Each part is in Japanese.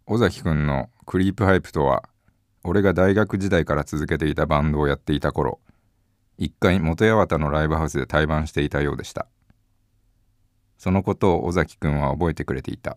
尾崎くんのクリープハイプとは、俺が大学時代から続けていたバンドをやっていた頃、一回元八幡のライブハウスで対バンしていたようでした。そのことを尾崎くんは覚えてくれていた。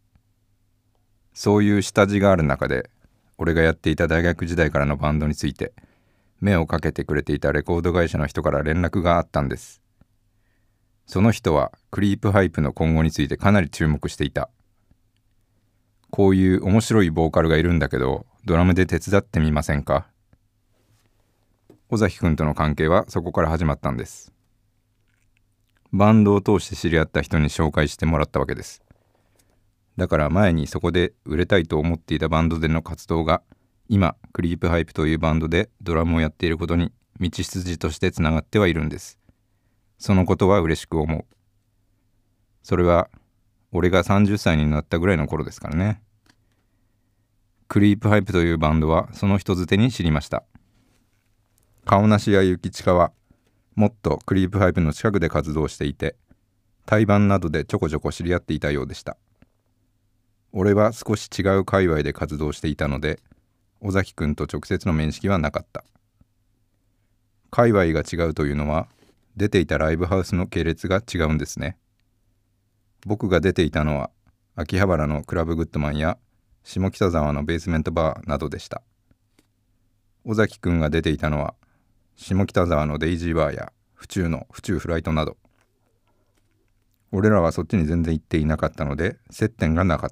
そういう下地がある中で、俺がやっていた大学時代からのバンドについて目をかけてくれていたレコード会社の人から連絡があったんです。その人はクリープハイプの今後についてかなり注目していた。こういう面白いボーカルがいるんだけど、ドラムで手伝ってみませんか？尾崎くんとの関係はそこから始まったんです。バンドを通して知り合った人に紹介してもらったわけです。だから前にそこで売れたいと思っていたバンドでの活動が、今クリープハイプというバンドでドラムをやっていることに道筋としてつながってはいるんです。そのことは嬉しく思う。それは俺が30歳になったぐらいの頃ですからね。クリープハイプというバンドはその人づてに知りました。顔なしや諭吉はもっとクリープハイプの近くで活動していて、対バンなどでちょこちょこ知り合っていたようでした。俺は少し違う界隈で活動していたので、尾崎くんと直接の面識はなかった。界隈が違うというのは、出ていたライブハウスの系列が違うんですね。僕が出ていたのは秋葉原のクラブグッドマンや下北沢のベースメントバーなどでした。尾崎くんが出ていたのは下北沢のデイジーバーや府中の府中フライトなど。俺らはそっちに全然行っていなかったので接点がなかった。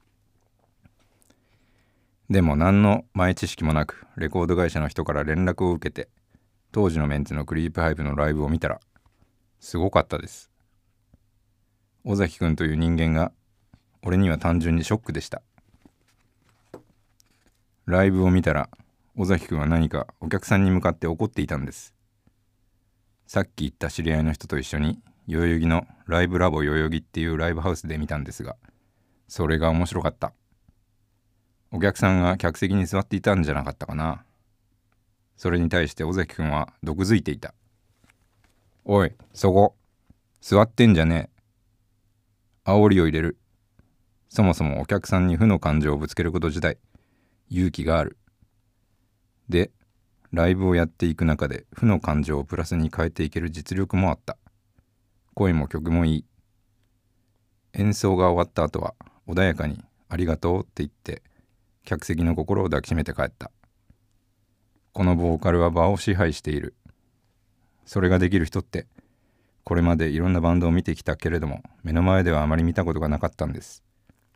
でも何の前知識もなくレコード会社の人から連絡を受けて、当時のメンツのクリープハイプのライブを見たらすごかったです。尾崎くんという人間が俺には単純にショックでした。ライブを見たら尾崎くんは何かお客さんに向かって怒っていたんです。さっき言った知り合いの人と一緒に代々木のライブラボ代々木っていうライブハウスで見たんですが、それが面白かった。お客さんが客席に座っていたんじゃなかったかな。それに対して尾崎くんは毒づいていた。おい、そこ座ってんじゃねえ。煽りを入れる。そもそもお客さんに負の感情をぶつけること自体勇気がある。で、ライブをやっていく中で負の感情をプラスに変えていける実力もあった。声も曲もいい。演奏が終わった後は穏やかにありがとうって言って客席の心を抱きしめて帰った。このボーカルは場を支配している。それができる人ってこれまでいろんなバンドを見てきたけれども、目の前ではあまり見たことがなかったんです。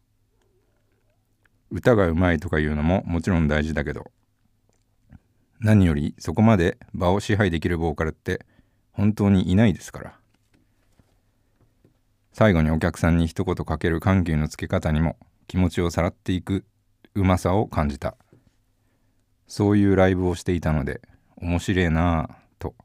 歌がうまいとかいうのももちろん大事だけど、何よりそこまで場を支配できるボーカルって本当にいないですから。最後にお客さんに一言かける緩急のつけ方にも気持ちをさらっていくうまさを感じた。そういうライブをしていたので面白いなぁと。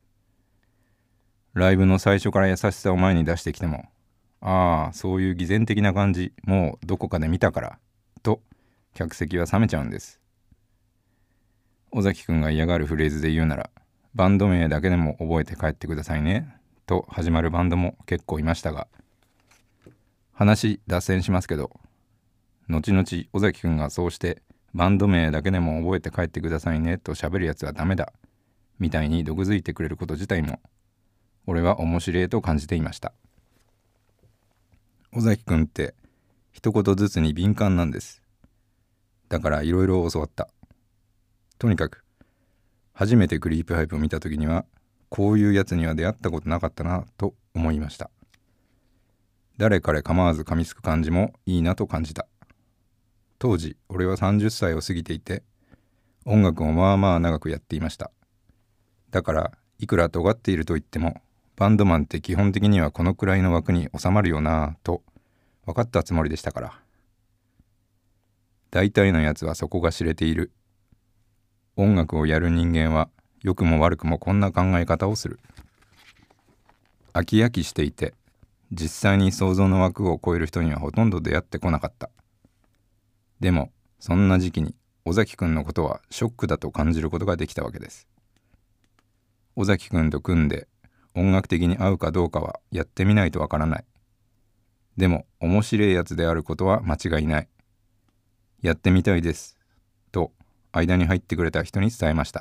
ライブの最初から優しさを前に出してきても、ああそういう偽善的な感じもうどこかで見たからと客席は冷めちゃうんです。尾崎くんが嫌がるフレーズで言うなら、バンド名だけでも覚えて帰ってくださいねと始まるバンドも結構いましたが、話脱線しますけど、後々尾崎くんがそうしてバンド名だけでも覚えて帰ってくださいねと喋るやつはダメだみたいに毒づいてくれること自体も俺は面白いと感じていました。尾崎くんって一言ずつに敏感なんです。だからいろいろ教わった。とにかく初めてクリープハイプを見た時にはこういうやつには出会ったことなかったなと思いました。誰彼構わず噛みつく感じもいいなと感じた。当時俺は30歳を過ぎていて音楽をまあまあ長くやっていました。だからいくら尖っていると言ってもバンドマンって基本的にはこのくらいの枠に収まるよなと分かったつもりでしたから。大体のやつはそこが知れている。音楽をやる人間は良くも悪くもこんな考え方をする。飽き飽きしていて実際に想像の枠を超える人にはほとんど出会ってこなかった。でもそんな時期に尾崎くんのことはショックだと感じることができたわけです。尾崎くんと組んで音楽的に合うかどうかはやってみないとわからない。でも面白いやつであることは間違いない。 やってみたいですと間に入ってくれた人に伝えました。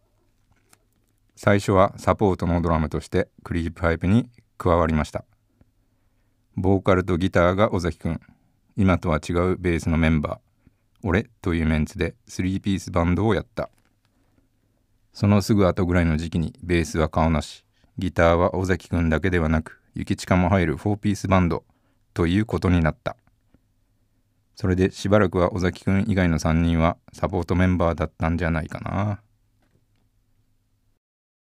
最初はサポートのドラムとしてクリープハイプに加わりました。ボーカルとギターが尾崎くん、今とは違うベースのメンバー俺というメンツで3ピースバンドをやった。そのすぐ後ぐらいの時期にベースは顔なし、ギターは尾崎くんだけではなくゆきちかも入る4ピースバンドということになった。それでしばらくは尾崎くん以外の3人はサポートメンバーだったんじゃないかな。